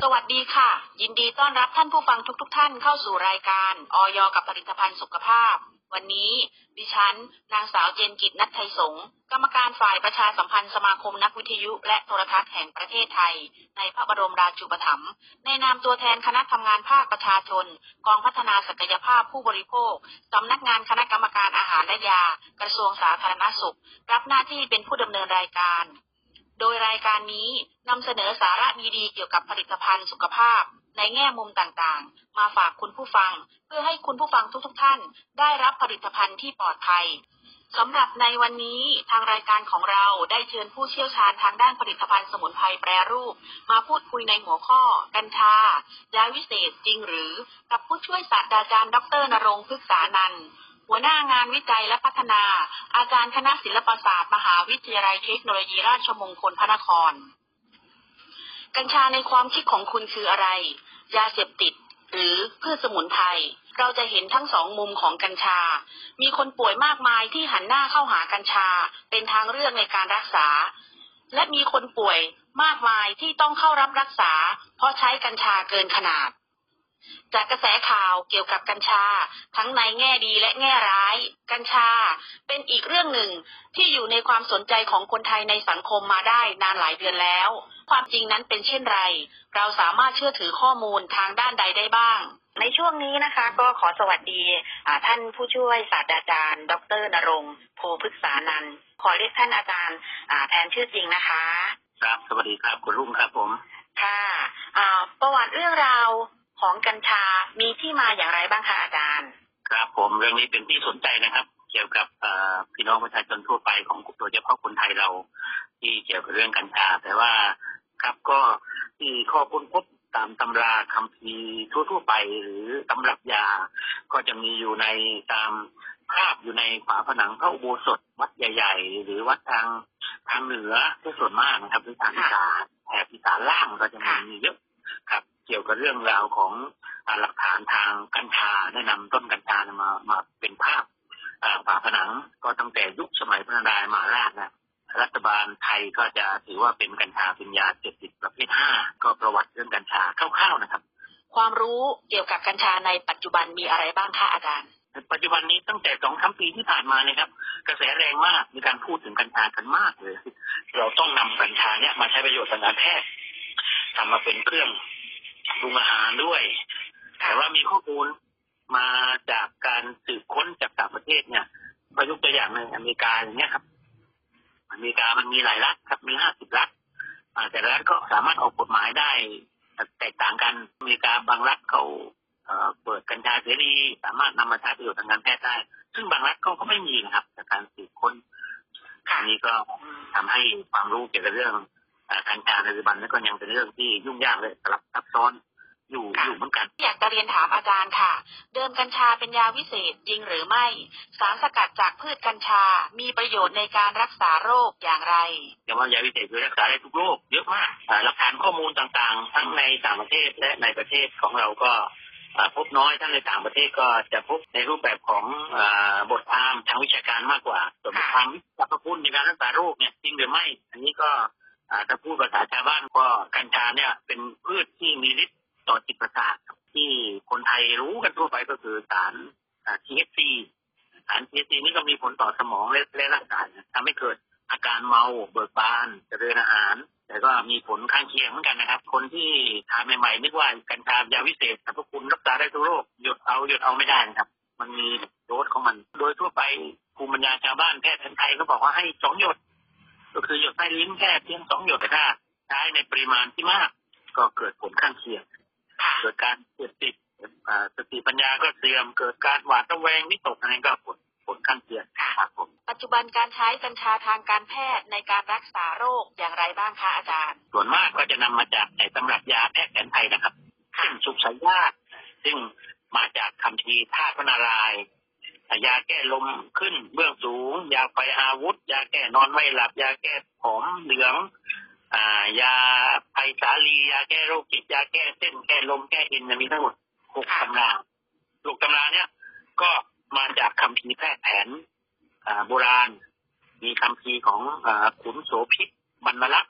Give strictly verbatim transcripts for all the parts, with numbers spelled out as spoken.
วัสดีค่ะยินดีต้อนรับท่านผู้ฟังทุกๆ ทท่านเข้าสู่รายการอย กับผลิตภัณฑ์สุขภาพวันนี้ดิฉันนางสาวเจนกิจนัทไทยสงฆ์กรรมการฝ่ายประชาสัมพันธ์สมาคมนักวิทยุและโทรทัศน์แห่งประเทศไทยในพระบรมราชูปถัมภ์ในนามตัวแทนคณะทำงานภาคประชาชนกองพัฒนาศักยภาพผู้บริโภคสำนักงานคณะกรรมการอาหารและยากระทรวงสาธารณสุขรับหน้าที่เป็นผู้ดำเนินรายการโดยรายการนี้นำเสนอสาระดีๆเกี่ยวกับผลิตภัณฑ์สุขภาพในแง่มุมต่างๆมาฝากคุณผู้ฟังเพื่อให้คุณผู้ฟังทุกๆท่านได้รับผลิตภัณฑ์ที่ปลอดภัยสำหรับในวันนี้ทางรายการของเราได้เชิญผู้เชี่ยวชาญทางด้านผลิตภัณฑ์สมุนไพรแปรรูปมาพูดคุยในหัวข้อกัญชายาวิเศษจริงหรือกับผู้ช่วยศาสตราจารย์ดร.ณรงค์พฤกษานันท์หัวหน้างานวิจัยและพัฒนาอาจารย์คณะศิลปศาสตร์มหาวิทยาลัยเทคโนโลยีราชมงคลพระนครกัญชาในความคิดของคุณคืออะไรยาเสพติดหรือพืชสมุนไพรเราจะเห็นทั้งสองมุมของกัญชามีคนป่วยมากมายที่หันหน้าเข้าหากัญชาเป็นทางเลือกในการรักษาและมีคนป่วยมากมายที่ต้องเข้ารับรักษาเพราะใช้กัญชาเกินขนาดจากกระแสข่าวเกี่ยวกับกัญชาทั้งในแง่ดีและแง่ร้ายกัญชาเป็นอีกเรื่องหนึ่งที่อยู่ในความสนใจของคนไทยในสังคมมาได้นานหลายเดือนแล้วความจริงนั้นเป็นเช่นไรเราสามารถเชื่อถือข้อมูลทางด้านใดได้บ้างในช่วงนี้นะคะก็ขอสวัสดีท่านผู้ช่วยศาสตราจารย์ดร.ณรงค์โพพฤกษานันท์ขอเรียกท่านอาจารย์แทนชื่อจริงนะคะครับสวัสดีครับคุณรุ่งครับผมค่ะประวัติเรื่องราวของกัญชามีที่มาอย่างไรบ้างคะอาจารย์ครับผมเรื่องนี้เป็นที่สนใจนะครับเกี่ยวกับพี่น้องประชาชนทั่วไปของโดยเฉพาะคนไทยเราที่เกี่ยวกับเรื่องกัญชาแต่ว่าครับก็ที่ข้อค้นพบตามตำราคัมภีร์ทั่วๆไปหรือตำรับยาก็จะมีอยู่ในตามภาพอยู่ในฝาผนังพระอุโบสถวัดใหญ่ๆหรือวัดทางทางเหนือที่ส่วนมากนะครับหรือทางอีสานแถบอีสานล่างก็จะมีเยอะครับเกี่ยวกับเรื่องราวของหลักฐานทางกัญชาแนะนำต้นกัญชามามาเป็นภาพฝาผนังก็ตั้งแต่ยุคสมัยพระนารายณ์มหาราชนะรัฐบาลไทยก็จะถือว่าเป็นกัญชาเป็นยาเสพติดประเภทห้าก็ประวัติเรื่องกัญชาคร่าวๆนะครับความรู้เกี่ยวกับกัญชาในปัจจุบันมีอะไรบ้างคะอาจารย์ปัจจุบันนี้ตั้งแต่สองสามปีที่ผ่านมาเนี่ยครับกระแสแรงมากมีการพูดถึงกัญชากันมากเลยเราต้องนำกัญชาเนี่ยมาใช้ประโยชน์ทางการแพทย์ทำมาเป็นเครื่องปรุงอาหารด้วยแต่ว่ามีข้อมูลมาจากการสืบค้นจากต่างประเทศเนี่ยประยุกต์ตัวอย่างในอเมริกาอย่างเงี้ยครับอเมริกามันมีหลายรัฐครับมีห้าสิบรัฐแต่ละรัฐก็สามารถออกกฎหมายได้แตกต่างกันอเมริกาบางรัฐเขาเปิดกัญชาเสรีสามารถนำมาใช้ประโยชน์ทางการแพทย์ได้ซึ่งบางรัฐเขาก็ไม่มีนะครับจากการสืบค้นอันนี้ก็ทำให้ความรู้เกี่ยวกับเรื่องกัญชาในปัจจุบันนี้ก็ยังเป็นเรื่องที่ยุ่งยากเลยสลับซับซ้อนอยู่อยู่เหมือนกันอยากจะเรียนถามอาจารย์ค่ะเดิมกัญชาเป็นยาวิเศษจริงหรือไม่สารสกัดจากพืชกัญชามีประโยชน์ในการรักษาโรคอย่างไรแต่ว่ายาวิเศษคือรักษาได้ทุกโรคเยอะมากหลักฐานข้อมูลต่างๆทั้งในต่างประเทศและในประเทศของเราก็พบน้อยทั้งในต่างประเทศก็จะพบในรูปแบบของบทความทางวิชาการมากกว่าส่วนบทความสรรพคุณในการรักษาโรคเนี่ยจริงหรือไม่อันนี้ก็ถ้าพูดภาษาชาวบ้านก็กัญชาเนี่ยเป็นพืชที่มีฤทธิ์ต่อจิตประสาทที่คนไทยรู้กันทั่วไปก็คือสาร ที เอช ซี สาร ที เอช ซี นี่ก็มีผลต่อสมองและร่างกายทำให้เกิดอาการเมาเบิกบานเจริญอาหารแต่ก็มีผลข้างเคียงเหมือนกันนะครับคนที่ทานใหม่ๆนึกว่ากัญชายาวิเศษสรรพคุณรักษาได้ทุกโรคหยุดเอาหยุดเอาไม่ได้นะครับมันมีโดสของมันโดยทั่วไปภูมิปัญญาชาวบ้านแพทย์แผนไทยก็บอกว่าให้สองหยดก็คือหยดใต้ลิ้นแค่เพียงสองหยดแต่ถ้าใช้ในปริมาณที่มากก็เกิดผลข้างเคียงเกิดการเสพติดสติปัญญาก็เสื่อมเกิดการหวาดระแวงวิตกอะไรก็ผลผลข้างเคียงครับผมปัจจุบันการใช้กัญชาทางการแพทย์ในการรักษาโรคอย่างไรบ้างคะอาจารย์ส่วนมากก็จะนำมาจากในตำรับยาแพทย์แผนไทยนะครับเช่นสุขสายาซึ่งมาจากคัมภีร์ธาตุพระนารายณ์ยาแก้ลมขึ้นเบื้องสูงยาไฟอาวุธยาแก้นอนไม่หลับยาแก้ผอมเหลืองอ่ายาไพสาลียาแก้โรคจิตยาแก้เส้นแก้ลมแก้เอ็นมีทั้งหมดหกตำราหกตำราเนี้ยก็มาจากคัมภีร์แพทย์แผนโบราณมีคัมภีร์ของขุนโสภิตบรรณลักษณ์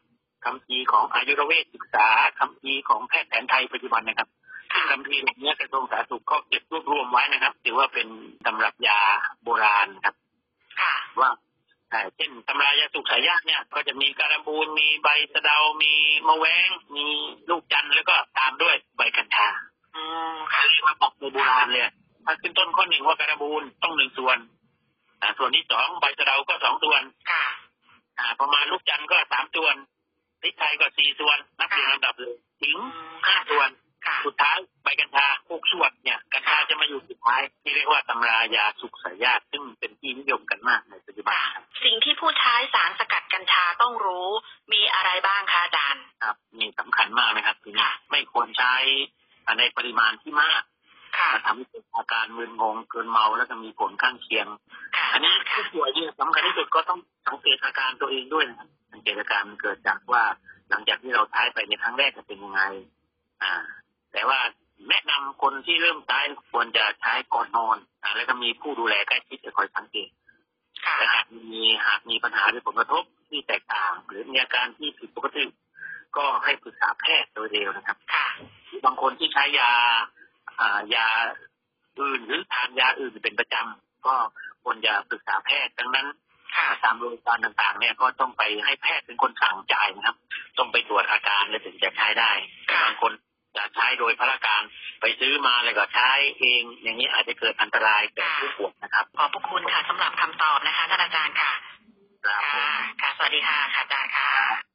คัมภีร์ของอายุรเวชศึกษาคัมภีร์ของแพทย์แผนไทยปัจจุบันนะครับซึ่งคัมภีร์นี้กระทรวงสาธารณสุขก็เก็บรวบรวมไว้นะครับถือว่าเป็นตำรับยาโบราณครับว่าเช่นตำรายาสุกสายยากเนี่ยก็จะมีการบูนมีใบสะเดามีมะแว้งมีลูกจันทร์แล้วก็ตามด้วยใบกัญชาอืมค่ะมาบอกในโบราณเลยถ้าขึ้นต้นข้อหนึ่งว่าการบูนต้องหนึ่งส่วนอ่าส่วนที่สองใบสะเดาก็สองส่วนค่ะอ่าประมาณลูกจันทร์ก็สามส่วนพริกไทยก็สี่ส่วนนับเรียงลำดับเลยถึงห้าส่วนสุดท้ายใบกัญชาหกส่วนเนี่ยกัญชาจะมาอยู่สุดท้ายที่เรียกว่าตำรายาสุกสายยากซึ่งเป็นที่นิยมกันมากในปัจจุบันสิ่งที่ผู้ใช้สารสกัดกัญชาต้องรู้มีอะไรบ้างคะอาจารย์ครับมีสำคัญมากนะครับทีนี้ไม่ควรใช้ในปริมาณที่มากจะทำให้เกิดอาการมึนงงเกินเมาแล้วจะมีผลข้างเคียงอันนี้ผู้ป่วยที่สำคัญที่สุดก็ต้องสังเกตอาการตัวเองด้วยนะครับสังเกตอาการมันเกิดจากว่าหลังจากที่เราใช้ไปในครั้งแรกจะเป็นยังไงอ่าแต่ว่าแนะนำคนที่เริ่มใช้ควรจะใช้ก่อนนอนอ่าแล้วก็มีผู้ดูแลใกล้ชิดจะคอยสังเกตแต่หากมีหากมีปัญหาหรือผลกระทบที่แตกต่างหรือมีอาการที่ผิดปกติก็ให้ปรึกษาแพทย์โดยเร็วนะครับบางคนที่ใช้ยาอ่ายาอื่นหรือทานยาอื่นเป็นประจำก็ควรจะปรึกษาแพทย์ดังนั้นตามโรงพยาบาลต่างๆเนี่ยก็ต้องไปให้แพทย์เป็นคนสั่งจ่ายนะครับต้องไปตรวจอาการแล้วถึงจะใช้ได้บางคนจะใช้โดยพละการไปซื้อมาแล้วก็ใช้เองอย่างนี้อาจจะเกิดอันตรายแก่ผู้ป่วยนะครับขอบพระคุณค่ะสำหรับคำตอบนะคะท่านอาจารย์ค่ะค่ะสวัสดีค่ะอาจารย์ค่ะ